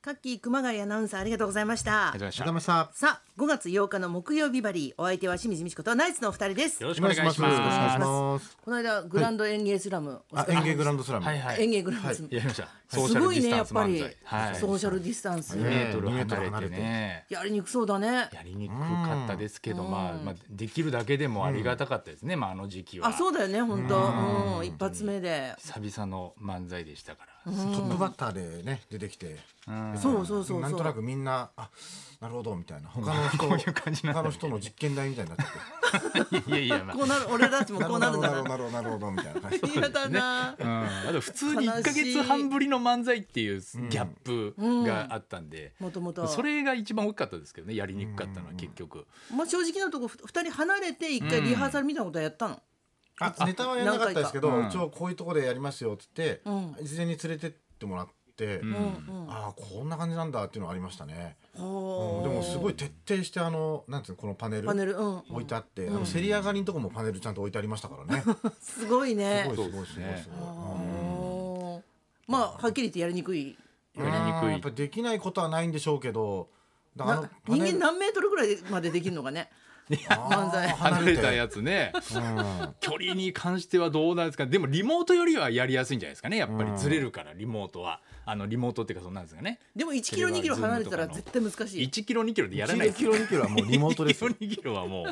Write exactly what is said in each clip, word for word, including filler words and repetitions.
カッキー熊谷アナウンサーありがとうございましたありがとうございました。 さあごがつようかの木曜日バリー、お相手は清水美智子とナイツのお二人です。 よろしくお願いします。 よろしくお願いしますこの間グランド演芸スラム、 あ、演芸グランドスラム、 はいはい。 演芸グランドスラム、 やりました。 すごいねやっぱり、 はい、 ソーシャルディスタンス、 にメートルにメートル離れてね。 やりにくそうだね。 やりにくかったですけど、まあまあできるだけでもありがたかったですね。まああの時期は。 あ、そうだよね本当、うん、一発目で久々の漫才でしたから。 トップバッターでね出てきて、 そうそうそうそう、 なんとなくみんなあなるほどみたいな、他の人こういう感じなんだね他の人の実験台みたいになっちゃっていやいや、まあこうなる俺たちもこうなるんだなるほどななるほどなるほどみたいな感じ嫌だな、 うん、あと普通にいっかげつはんぶりの漫才っていうギャップがあったんで、 もともとそれが一番大きかったですけどね、やりにくかったのは結局。 まあ正直なとこふ二人離れて一回リハーサルみたいなことやったの、 あネタはやらなかったですけど、 うん一応こういうところでやりますよっつって、 うん事前に連れてってもらって、 うんうんああこんな感じなんだっていうのはありましたね、 ほーうんでもすごい徹底してあのなんていうのこのパネルパネル、うん、 置いてあって、あの競り上がりのとこもパネルちゃんと置いてありましたからねすごいねすごいすごいすごいすごい、 おーまあはっきり言ってやりにくいやりにくいあーやっぱりできないことはないんでしょうけど、だからあのな人間パネル何メートルぐらいまでできるのかね漫才離れたやつね、距離に関してはどうなんですか。でもリモートよりはやりやすいんじゃないですかね。やっぱりずれるからリモートは、あのリモートっていうかそうなんですかね。 でもいちキロにキロ離れてたら絶対難しいいちキロにキロでやらないいちキロにキロはもうリモートですよいちキロにキロはもう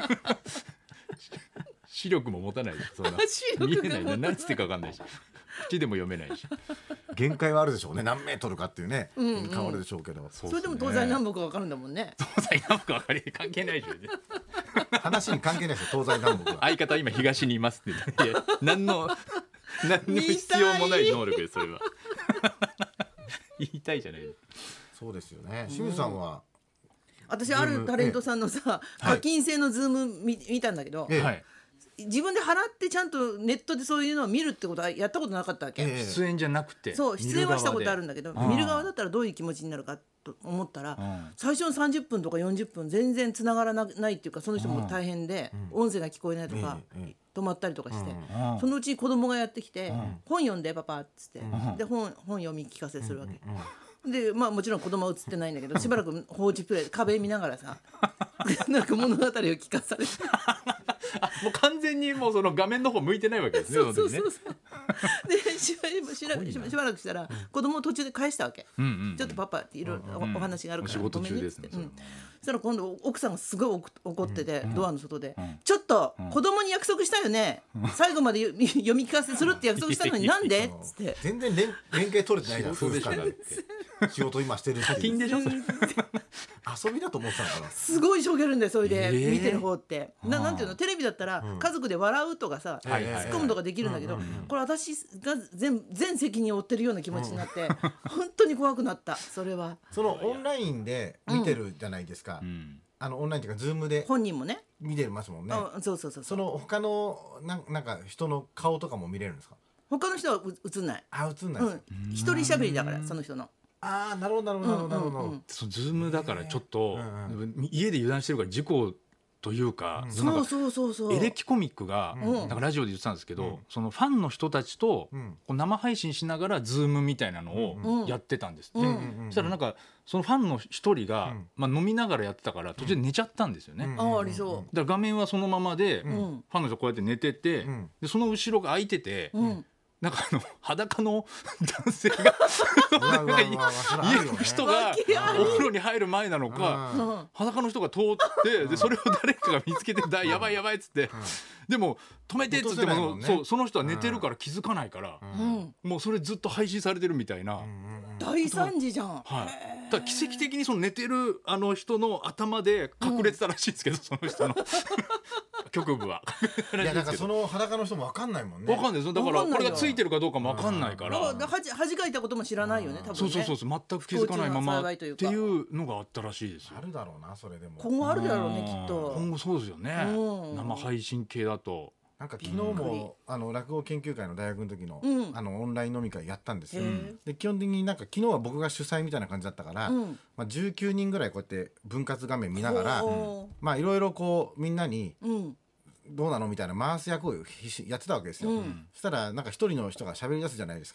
視力も持たないです。そんな視力が見えないね。何つってか分かんないし、口でも読めないし。 限界はあるでしょうね、何メートルかっていうね、 んうん変わるでしょうけど、 それでも東西南北わかるんだもんね東西南北分かり関係ないでしょ。 話に関係ないですよ東西南北は。 相方今東にいますって言って、いや何の何の必要もない能力です。それは言いたいじゃないですか。 そうですよね。清水さんは、 私あるタレントさんのさ課金制のズーム見見たんだけど、 ええはい。 自分で払ってちゃんとネットでそういうのを見るってことはやったことなかったわけ、 ええ出演じゃなくて、 そう出演はしたことあるんだけど見る側で見る側だったらどういう気持ちになるかと思ったら、 ん最初のさんじゅっぷんとかよんじゅっぷん全然つながらなないっていうか、その人も大変で、音声が聞こえないとか、 ええ止まったりとかして、 うんそのうちに子供がやってきて、本読んでパパっつって、で本本読み聞かせするわけ、でまあもちろん子供は映ってないんだけど、しばらく放置プレイ壁見ながらさなんか物語を聞かされてもう完全にもうその画面の方向いてないわけですね。 そうそうその時ねそうそうでしばしばしばしばらくしたら子供を途中で返したわけ、 うんうんちょっとパパっていろいろおお話があるからお仕事ごめんね中ですねっつって、うんそしたら今度奥さんがすごい怒怒ってて、ドアの外で、 んちょっと子供に約束したよね、最後まで読み読み聞かせするって約束したのになんでっつって全然連連携取れてないじゃん、 そうでしょ。 夫婦間で仕事今してるっていう課金でしょ。それ遊びだと思ってたのかな。 すごいしょげるんだよそれで、 えー見てる方ってななんていうの、テレビだったら家族で笑うとかさ、 はいはい突っ込むとかできるんだけど、これ私が全全責任を負ってるような気持ちになって、本当に怖くなった。それはそのオンラインで見てるじゃないですか、 うんあのオンラインっていうかズームで本人もね、 見てますもんね。 あそうそうそうそそうの他のなんなんか人の顔とかも見れるんですか。 他の人はう映んない、 あ、映んないですか、 うん、一人喋りだからその人のああ、なるほどなるほどなるほどなるほど、 うんうんうんそのズームだからちょっと、 うん家で油断してるから事故というか、そのそうなんかそうそうそうエレキコミックが、 うんなんかラジオで言ってたんですけど、 うんそのファンの人たちと、 うんこう生配信しながらズームみたいなのうんをやってたんですって、 うんそしたらなんかそのファンの一人が、 うんまあ、飲みながらやってたから途中で寝ちゃったんですよね、 うんだかああありそら画面はそのままで、 う、うんファンの人こうやって寝てて、 うんでその後ろが空いてて、 うん、 なんかあの裸の男性がうわうわうわうわそれあるよね家の人がわけあるお風呂に入る前なのか、 うんうん裸の人が通ってでそれを誰かが見つけてだやばいやばいっつって、でも止めてっつっても、 落とせないもんねそうその人は寝てるから気づかないから、 うん、 もうそれずっと配信されてるみたいな、 大惨事じゃん、 はい、だから奇跡的にその寝てるあの人の頭で隠れてたらしいんですけど、その人の局部はいやだからその裸の人も分かんないもんね。 分かんないですだからわかんないよこれがついてるかどうかも分かんないかだら、 から恥恥かいたことも知らないよね多分ね。 そうそうそうそう全く気づかないままって不幸中の幸いというかいうのがあったらしいですよあるだろうなそれでも。 今後あるだろうねきっ今と。 後そうですよね、 うん生配信系だとなんか昨日もあの落語研究会の大学の時の、 うんあのオンライン飲み会やったんですよ。 へえで基本的になんか昨日は僕が主催みたいな感じだったから、 うんまあ、じゅうきゅうにんぐらいこうやって分割画面見ながら、 ほまあいろいろこうみんなにううんどうなのみたいな回す役を必死やってたわけですよ。 うんそしたらなんか一人の人が喋り出すじゃないですか。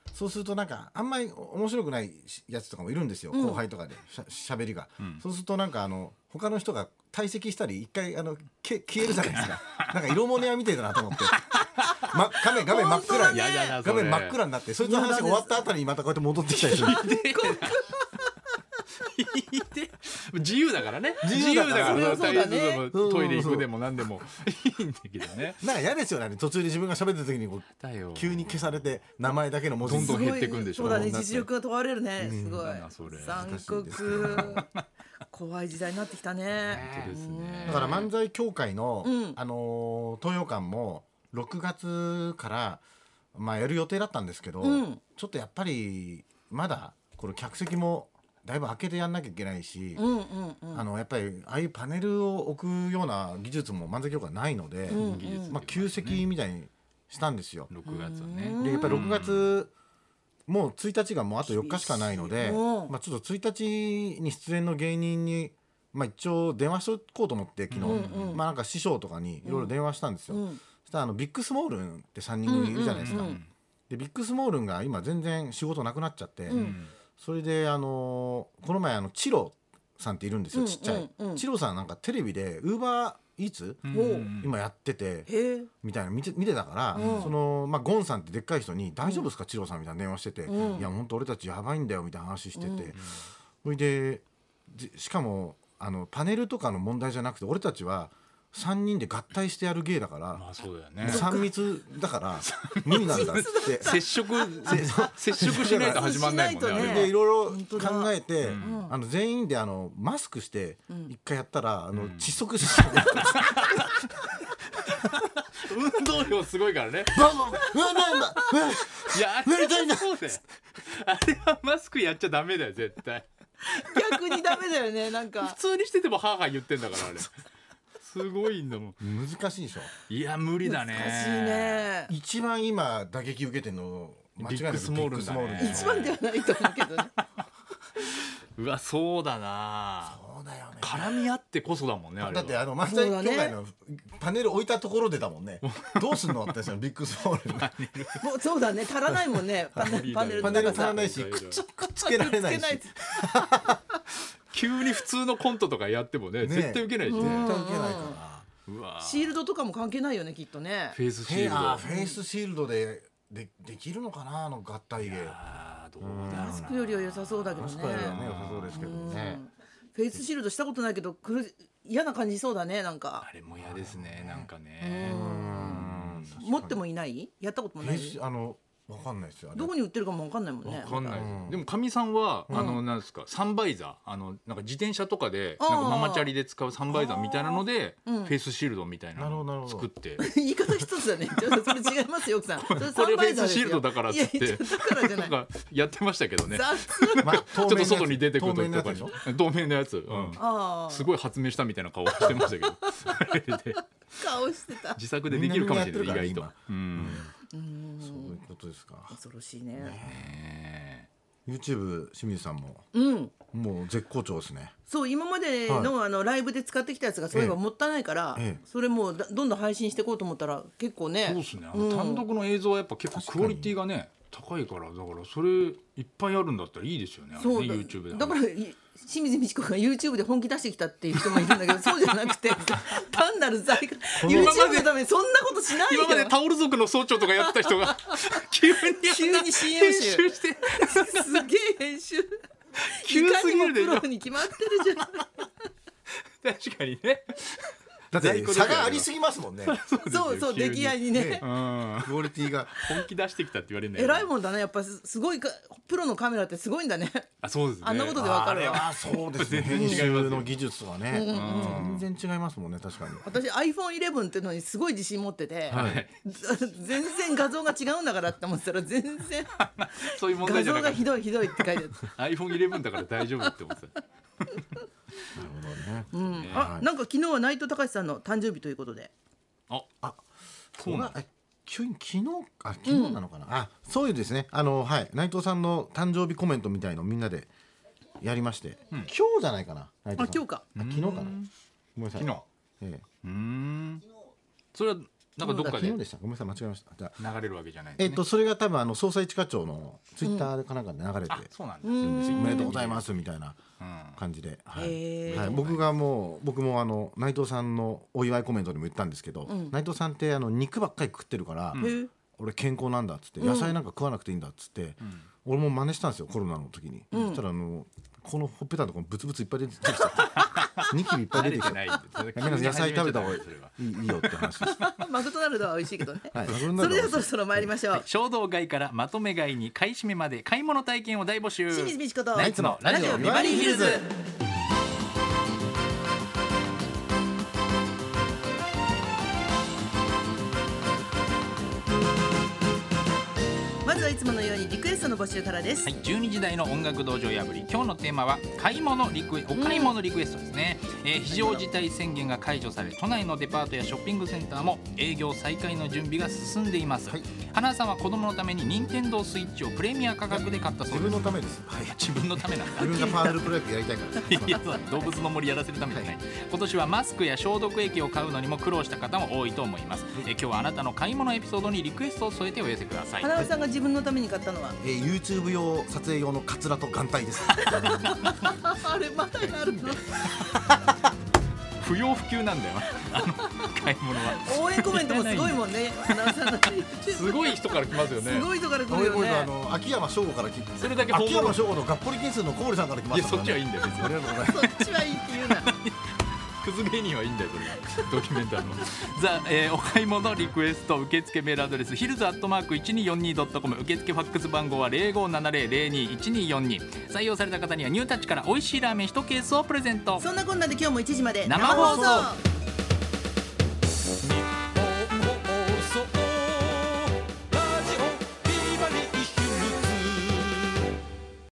そうするとなんかあんまり面白くないやつとかもいるんですよ、 うん後輩とかでしゃしゃべりが、 うんそうするとなんかあの他の人が退席したり一回あのけ消えるじゃないですかなんか色物屋みたいだなと思って、ま、画面画面真っ暗に、 やだなそれ画面真っ暗になって、そいつの話が終わった後にまたこうやって戻ってきたりする自由だからね自由だから自由だそれはそうだねからそうそうそうトイレ行くでも何でもいいんだけどね。 なんか嫌ですよね、途中で自分が喋ってる時にこうだよ急に消されて名前だけの文字どんどんすごい減ってくんでしょそうだね、 なって実力が問われるね、すごいだなそれ残難しいです酷怖い時代になってきたね。 本当ですねだから漫才協会の、 うんあのー東洋館もろくがつから、まあ、やる予定だったんですけど、 うんちょっとやっぱりまだこの客席もだいぶ開けてやんなきゃいけないし、 うんうんうんあのやっぱりああいうパネルを置くような技術も漫才協会ないので、 うんうん技術まあ、旧席みたいにしたんですよ。 ろくがつはねうんでやっぱりろくがつもうついたちがもうあとよっかしかないので、 うんまあ、ちょっとついたちに出演の芸人に、まあ、一応電話しとこうと思って昨日、 うんうんまあ、なんか師匠とかにいろいろ電話したんですよ。 うんそしたらあのビッグスモールンってさんにん組いるじゃないですか。 うんうんうんでビッグスモールンが今全然仕事なくなっちゃって、 うんそれであのーこの前あのチロさんっているんですよ、 うんちっちゃい、 うんうんチロさんなんかテレビでウーバーイーツうんおう今やってて、 へえみたいな見て見てたから、 うんそのまあ、ゴンさんってでっかい人に「大丈夫ですか、チロさん」みたいな電話してて「 うんいや本当俺たちやばいんだよ」みたいな話してて、 うんそれででしかもあのパネルとかの問題じゃなくて俺たちはさんにんで合体してやる芸だから、 まあそうだよねさん密だから無理なんだって接触接触しないと始まんないもんねしないとねあれでいろいろ本当だ考えて、 うんあの全員であのマスクしてうん一回やったら、あのうん窒息しちゃう運動量すごいからねうわうわうわなんだうわいやあれやりたいんだそうだよあれはマスクやっちゃダメだよ絶対逆にダメだよねなんか普通にしててもハーハー言ってんだからあれすごいんだもん難しいでしょ。 いや無理だね難しいね一番今打撃受けてるの間違いなくビッグスモールンだねビッグスモールン一番ではないと思うけどねうわそうだなそうだよね。 絡み合ってこそだもんねあれはだってあの漫才協会のパネル置いたところでだもんね。どうすんのってそのビッグスモールンがもうそうだね足らないもんねパネルパネルパネルの長さ足らないしくっつくっつけられないしつけない急に普通のコントとかやってもねね絶対受けないしうんね絶対受けないから。 うわシールドとかも関係ないよねきっとねフェイスシールドフェあーフェイスシールドででできるのかな、あの合体芸。 あーどうだろうなマスクよりは良さそうだけどねマスクよりはね良さそうですけどね。 フェイスシールドしたことないけどくる嫌な感じそうだねなんかあれも嫌ですねなんかねうん持ってもいないやったこともフェイないスあのわかんないですよ。あれどこに売ってるかもわかんないもんねわかんない、 うんでもかみさんは、 うんあのなんですかサンバイザーあのなんか自転車とかであーなんかママチャリで使うサンバイザーみたいなので、 うんフェイスシールドみたいななるほどなのるほどを作って言い方一つだねちょっとそれ違いますよ奥さんそれこれサンバイザーですよフェイスシールドだからっつっていやいやだからじゃないなんかやってましたけどね雑まあちょっと外に出てくる透明時とかになやつでしょ。 透明なやつ、うんああすごい発明したみたいな顔してましたけどあれで顔してた自作でできるかもしれないみんなみんなや意外とってるから、 うんうんそういうことですか。 恐ろしいねね YouTube 清水さんもうんもう絶好調ですね。 そう今までのあのライブで使ってきたやつがそういえばもったいないからええそれもうだどんどん配信していこうと思ったら結構ねそうですね、あうんの単独の映像はやっぱ結構クオリティがね高いからだからそれいっぱいあるんだったらいいですよねあれねそうだ YouTube でだからい清水美智子が YouTube で本気出してきたっていう人もいるんだけどそうじゃなくて単なる財がの YouTube のためにそんなことしないよ今までタオル族の総長とかやってた人が急に急に シーエム 集編集してすげえ編集急いかにもすぎるでプロに決まってるじゃん確かにねだって在庫だけ差がありすぎますもんね。 そうそう出来合いにねねうんクオリティが本気出してきたって言われるんだよ偉いもんだねやっぱすすごいかプロのカメラってすごいんだねあそうですねあんなことでわかるわあれはそうですね。 全然違いますよ編集の技術とかね、 うん全然違いますもんね確かに。 私 アイフォンイレブン っていうのにすごい自信持ってて、 はい全然画像が違うんだからって思ってたら全然そういう問画題じゃなかっ像がひどいひどいって書いてあった アイフォンイレブン だから大丈夫って思ってたなるほどね。 た、うんねあなんか昨日は内藤隆さんの誕生日ということでああ、 そうなのえ急に昨日あ昨日なのかな、あそういうですねあのはい内藤さんの誕生日コメントみたいのみんなでやりまして、今日じゃないかな内藤さんあ今日かあ昨日かなごめんなさい昨日ええうーんそれはなんかどっかで昨日でした。ごめんなさい間違えました。じゃあ流れるわけじゃないですね。 えっとそれが多分あの捜査一課長のツイッターかなんかで流れてあ、そうなんだ。 るんですよ。おめでとうございますみたいなうん感じで、はへいーはい、僕がもう僕もあの内藤さんのお祝いコメントでも言ったんですけど、 ん内藤さんってあの肉ばっかり食ってるから、 うんへー俺健康なんだっつって野菜なんか食わなくていいんだっつって、俺も真似したんですよコロナの時に、そしたらあのこのほっぺたのところブツブツいっぱい出てきちゃってニキビいっぱい出てきちゃって慣れてないんで。 皆さん野菜食べた方がいそれは。 いいいよって話です。 マクドナルドは美味しいけどね。 はい、そそれではそろそろ参りましょう。 衝動買いからまとめ買いに買い占めまで買い物体験を大募集。 清水美智子とナイツのラジオビバリーヒルズ。 まずはいつものようにリクエストの募集からです。 はい、じゅうにじ台の音楽道場破り、今日のテーマは買い物リクエお買い物リクエストですね、えー非常事態宣言が解除され、都内のデパートやショッピングセンターも営業再開の準備が進んでいます、 はい花さんは子供のために任天堂スイッチをプレミア価格で買ったそ自うです。 分のためです。はい、 自分のためなんだ。 自分がパールプロ野球やりたいからです。 いやそう動物の森やらせるためじゃない、今年はマスクや消毒液を買うのにも苦労した方も多いと思います、え今日はあなたの買い物エピソードにリクエストを添えてお寄せください。 花尾さんが自分のために買ったのは、 えー、YouTube 用撮影用のカツラと眼帯です。 あれまだあるの。 不要不急なんだよあの買い物は。 応援コメントもすごいもんね。花尾さんのすごい人から来ますよね。 すごい人から来これこれるよね。 あの秋山翔吾から来て、 それだけ報秋道山翔吾のがっぽり件数の小森さんから来まいやしたから、ね。 そっちはいいんだよ別に。 ありがとうございます。 そっちはいいって言うな。 クズ芸人はいいんだよそれはドキュメンタリーのザ、えー、お買い物リクエスト受付メールアドレスヒルズアットマーク いちにーよんにードットコム、 受付ファックス番号は ゼロごーななゼロ ゼロにーいちにーよんにー。採用された方にはニュータッチから美味しいラーメンいちケースをプレゼント。 そんなこんなで今日もいちじまで生放送。